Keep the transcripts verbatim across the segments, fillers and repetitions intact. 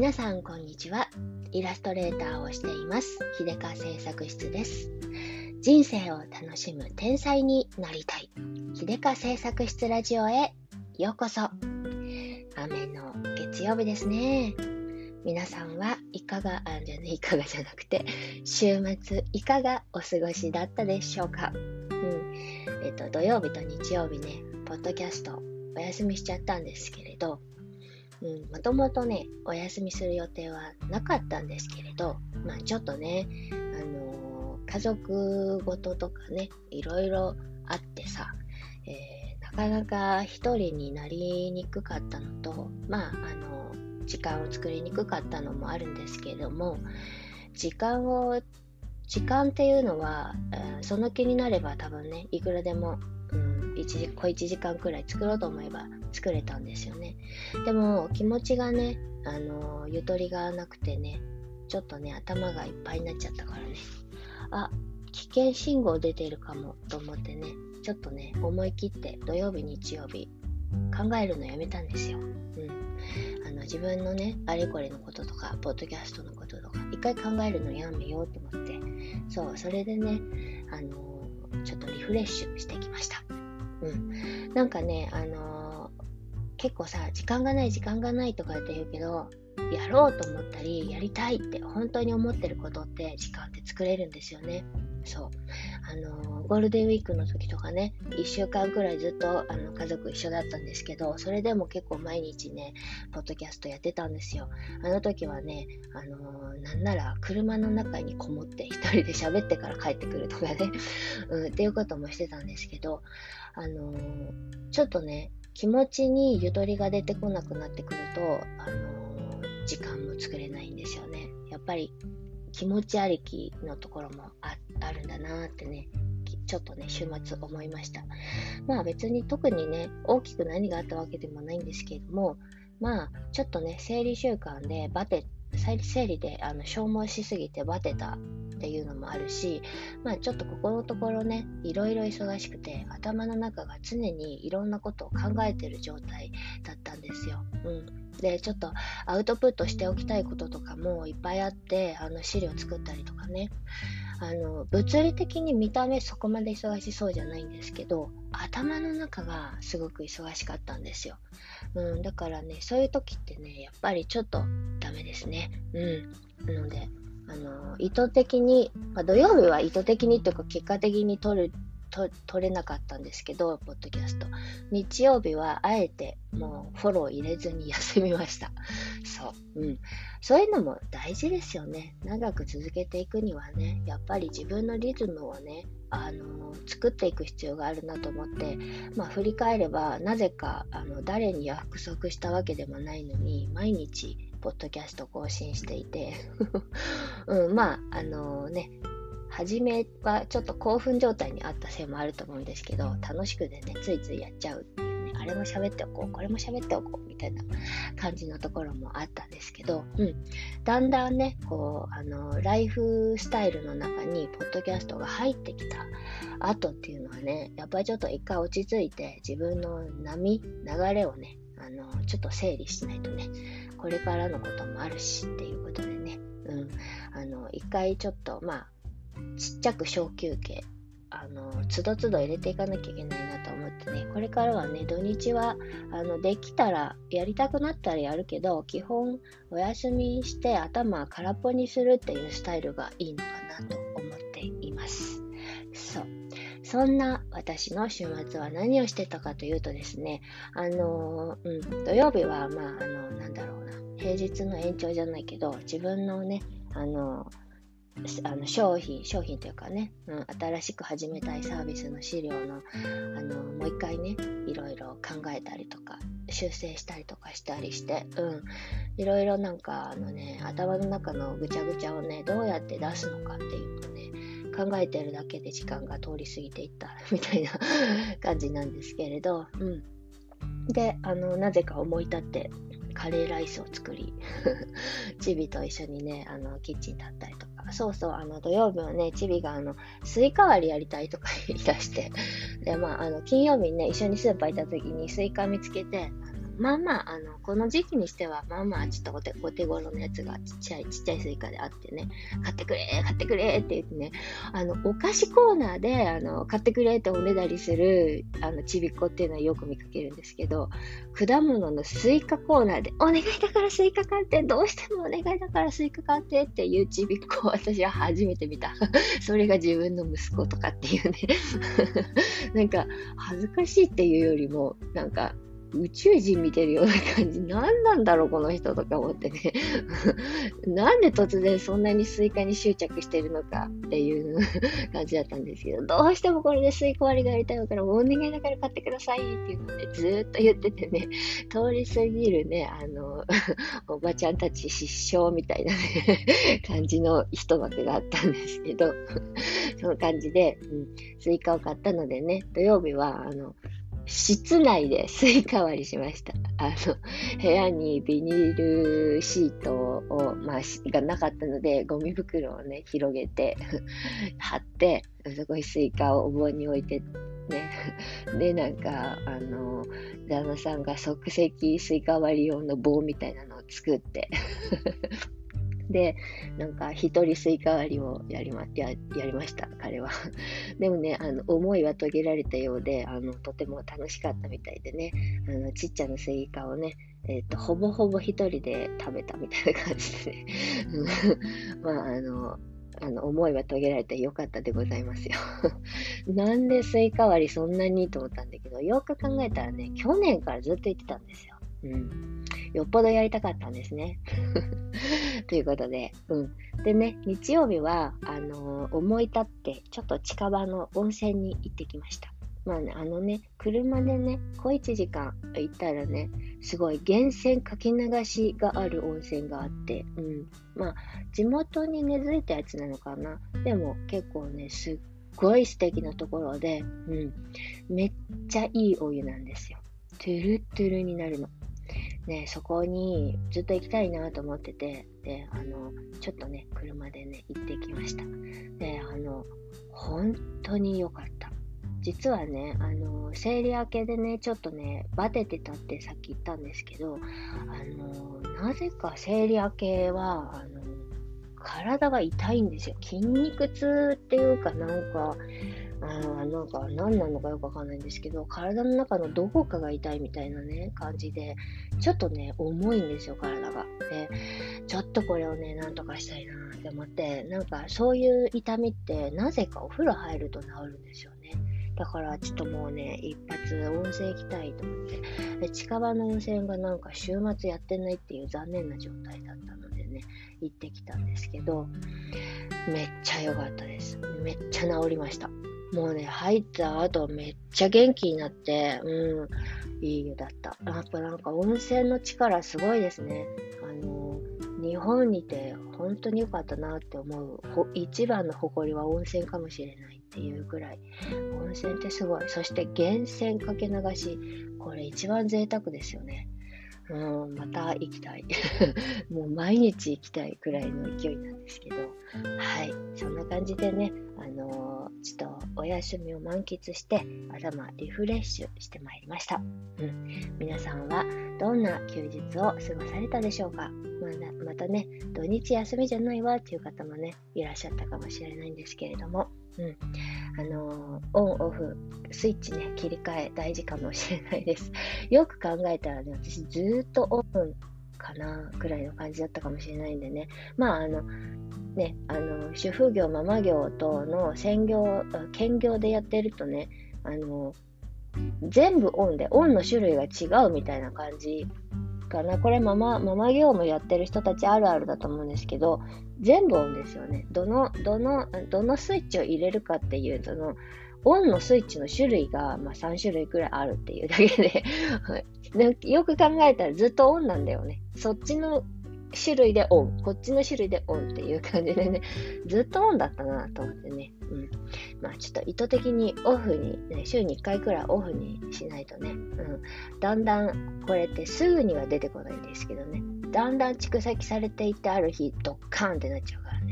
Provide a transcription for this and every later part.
皆さんこんにちは。イラストレーターをしています秀香製作室です。人生を楽しむ天才になりたい秀香製作室ラジオへようこそ。雨の月曜日ですね。皆さんはいかがあじゃねいかがじゃなくて週末いかがお過ごしだったでしょうか。うんえっと土曜日と日曜日ねポッドキャストお休みしちゃったんですけれど、うん、もともとねお休みする予定はなかったんですけれど、まあちょっとね、あのー、家族ごととかねいろいろあってさ、えー、なかなか一人になりにくかったのと、まああのー、時間を作りにくかったのもあるんですけれども、時間を時間っていうのは、えー、その気になれば多分ねいくらでもいち小いちじかんくらい作ろうと思えば作れたんですよね。でも気持ちがね、あのゆとりがなくてね、ちょっとね頭がいっぱいになっちゃったからね、あ、危険信号出てるかもと思ってね、ちょっとね思い切って土曜日日曜日考えるのやめたんですよ。うん、あの自分のねあれこれのこととかポッドキャストのこととか一回考えるのやめようと思って、そうそれでね、あのちょっとリフレッシュしてきました。うん、なんかね、あのー、結構さ時間がない時間がないとかって言うけど、やろうと思ったりやりたいって本当に思ってることって時間って作れるんですよね。そう、あのー、ゴールデンウィークの時とかねいっしゅうかんくらいずっとあの家族一緒だったんですけど、それでも結構毎日ねポッドキャストやってたんですよ。あの時はね、あのー、なんなら車の中にこもって一人で喋ってから帰ってくるとかね、うん、っていうこともしてたんですけど、あのー、ちょっとね気持ちにゆとりが出てこなくなってくると、あのー、時間も作れないんですよね。やっぱり気持ちありきのところも あ, あるんだなってね、ちょっとね週末思いました。まあ別に特にね大きく何があったわけでもないんですけれども、まあちょっとね生理習慣でバテ生理であの消耗しすぎてバテたっていうのもあるし、まあちょっとここのところねいろいろ忙しくて頭の中が常にいろんなことを考えてる状態だったんですよ。うん、でちょっとアウトプットしておきたいこととかもいっぱいあって、あの資料作ったりとかね、あの物理的に見た目そこまで忙しそうじゃないんですけど、頭の中がすごく忙しかったんですよ。うん、だからねそういう時ってねやっぱりちょっとダメですね。うん、なのであの意図的に、まあ、土曜日は意図的にというか結果的に撮ると取れなかったんですけど、ポッドキャスト日曜日はあえてもうフォロー入れずに休みました。そう、うん、そういうのも大事ですよね。長く続けていくにはね、やっぱり自分のリズムをねあの作っていく必要があるなと思って、まあ、振り返ればなぜかあの誰に約束したわけでもないのに毎日ポッドキャスト更新していて、うん、まああのね初めはちょっと興奮状態にあったせいもあると思うんですけど、楽しくてねついついやっちゃうっていうね、あれも喋っておこうこれも喋っておこうみたいな感じのところもあったんですけど、うん、だんだんねこうあのライフスタイルの中にポッドキャストが入ってきた後っていうのはね、やっぱりちょっと一回落ち着いて自分の波流れをねあのちょっと整理しないとね、これからのこともあるしっていうことでね、うん、あの一回ちょっとまあちっちゃく小休憩あのつどつど入れていかなきゃいけないなと思ってね、これからはね土日はあのできたらやりたくなったらやるけど、基本お休みして頭空っぽにするっていうスタイルがいいのかなと思っています。そうそんな私の週末は何をしてたかというとですね、あのーうん、土曜日はまああのなんだろうな平日の延長じゃないけど、自分のねあのーあの商品商品というかね、うん、新しく始めたいサービスの資料の、あのもう一回ねいろいろ考えたりとか修正したりとかしたりして、うん、いろいろなんかあのね頭の中のぐちゃぐちゃをねどうやって出すのかっていうのをね考えてるだけで時間が通り過ぎていったみたいな感じなんですけれど、うん、であのなぜか思い立ってカレーライスを作りチビと一緒にねあのキッチン立ったりとか、そうそうあの土曜日はねチビがあのスイカ割りやりたいとか言い出して、でまああの金曜日にね一緒にスーパー行った時にスイカ見つけて、あのまあまあ、あの、この時期にしては、まあまあ、ちょっとお手、お手頃のやつがちっちゃい、ちっちゃいスイカであってね、買ってくれ買ってくれって言ってね、あの、お菓子コーナーで、あの、買ってくれっておねだりする、あの、ちびっこっていうのはよく見かけるんですけど、果物のスイカコーナーで、お願いだからスイカ買って、どうしてもお願いだからスイカ買ってっていうちびっこを私は初めて見た。それが自分の息子とかっていうね。なんか、恥ずかしいっていうよりも、なんか、宇宙人見てるような感じ。何なんだろう、この人とか思ってね。なんで突然そんなにスイカに執着してるのかっていう感じだったんですけど、どうしてもこれでスイカ割りがやりたいから、お願いだから買ってくださいっていうので、ずーっと言っててね、通り過ぎるね、あの、おばちゃんたち失笑みたいなね、感じの一幕があったんですけど、その感じで、うん、スイカを買ったのでね、土曜日は、あの、室内でスイカ割りしました。あの、部屋にビニールシートを、まあ、がなかったので、ゴミ袋をね、広げて、貼って、そこにスイカをお盆に置いて、ね。で、なんか、あの、旦那さんが即席スイカ割り用の棒みたいなのを作って、で、なんか一人スイカ割りをやりま、や、やりました、彼は。でもね、あの、思いは遂げられたようで、あの、とても楽しかったみたいでね、あの、ちっちゃなスイカをね、えっと、ほぼほぼ一人で食べたみたいな感じでね。まあ、あの、あの、思いは遂げられてよかったでございますよ。なんでスイカ割りそんなにと思ったんだけど、よく考えたらね、去年からずっと言ってたんですよ。うん。よっぽどやりたかったんですね。ということで、うん。でね、日曜日は、あのー、思い立って、ちょっと近場の温泉に行ってきました。まあね、あのね、車でね、小いちじかん行ったらね、すごい源泉かき流しがある温泉があって、うん。まあ、地元に根付いたやつなのかな。でも結構ね、すっごい素敵なところで、うん。めっちゃいいお湯なんですよ。トゥルトゥルになるの。ね、そこにずっと行きたいなと思ってて、で、あの、ちょっとね、車でね、行ってきました。で、あの、本当に良かった。実はね、あの、生理明けでね、ちょっとね、バテてたってさっき言ったんですけど、あの、なぜか生理明けは、あの、体が痛いんですよ。筋肉痛っていうかなんか、あなんか何なのかよくわかんないんですけど、体の中のどこかが痛いみたいなね、感じで、ちょっとね、重いんですよ、体が。で、ちょっとこれをね、なんとかしたいなって思って、なんかそういう痛みって、なぜかお風呂入ると治るんですよね。だからちょっともうね、一発温泉行きたいと思って、で近場の温泉がなんか週末やってないっていう残念な状態だったのでね、行ってきたんですけど、めっちゃ良かったです。めっちゃ治りました。もうね、入った後めっちゃ元気になって、うん、いい湯だった。やっぱなんか温泉の力すごいですね。あの、日本にて本当に良かったなって思う。一番の誇りは温泉かもしれないっていうぐらい。温泉ってすごい。そして源泉かけ流し。これ一番贅沢ですよね。うん、また行きたい。もう毎日行きたいくらいの勢いなんですけど。はい。そんな感じでね、あのー、ちょっとお休みを満喫して、頭リフレッシュしてまいりました。うん。皆さんはどんな休日を過ごされたでしょうか。まあ、またね、土日休みじゃないわっていう方もね、いらっしゃったかもしれないんですけれども、うん。あのー、オンオフ、スイッチね、切り替え大事かもしれないです。よく考えたらね、私ずーっとオンかな、くらいの感じだったかもしれないんでね。まあ、あの、ね、あの、主婦業、ママ業等の専業、兼業でやってるとね、あの、全部オンで、オンの種類が違うみたいな感じかな。これママ、ママ業務やってる人たちあるあるだと思うんですけど、全部オンですよね。どの、どの、どのスイッチを入れるかっていう、その、オンのスイッチの種類が、まあ、さん種類くらいあるっていうだけで、よく考えたらずっとオンなんだよね。そっちの種類でオン、こっちの種類でオンっていう感じでね、ずっとオンだったなと思ってね。うん。まあちょっと意図的にオフに、ね、週にいっかいくらいオフにしないとね、うん。だんだんこれってすぐには出てこないんですけどね、だんだん蓄積されていってある日ドッカーンってなっちゃうからね、気を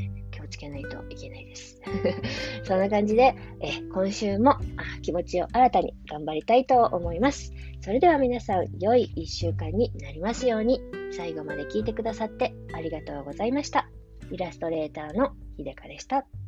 つけないといけないです。そんな感じで、え今週もあ気持ちを新たに頑張りたいと思います。それでは皆さん、良いいっしゅうかんになりますように。最後まで聞いてくださってありがとうございました。イラストレーターのひでかでした。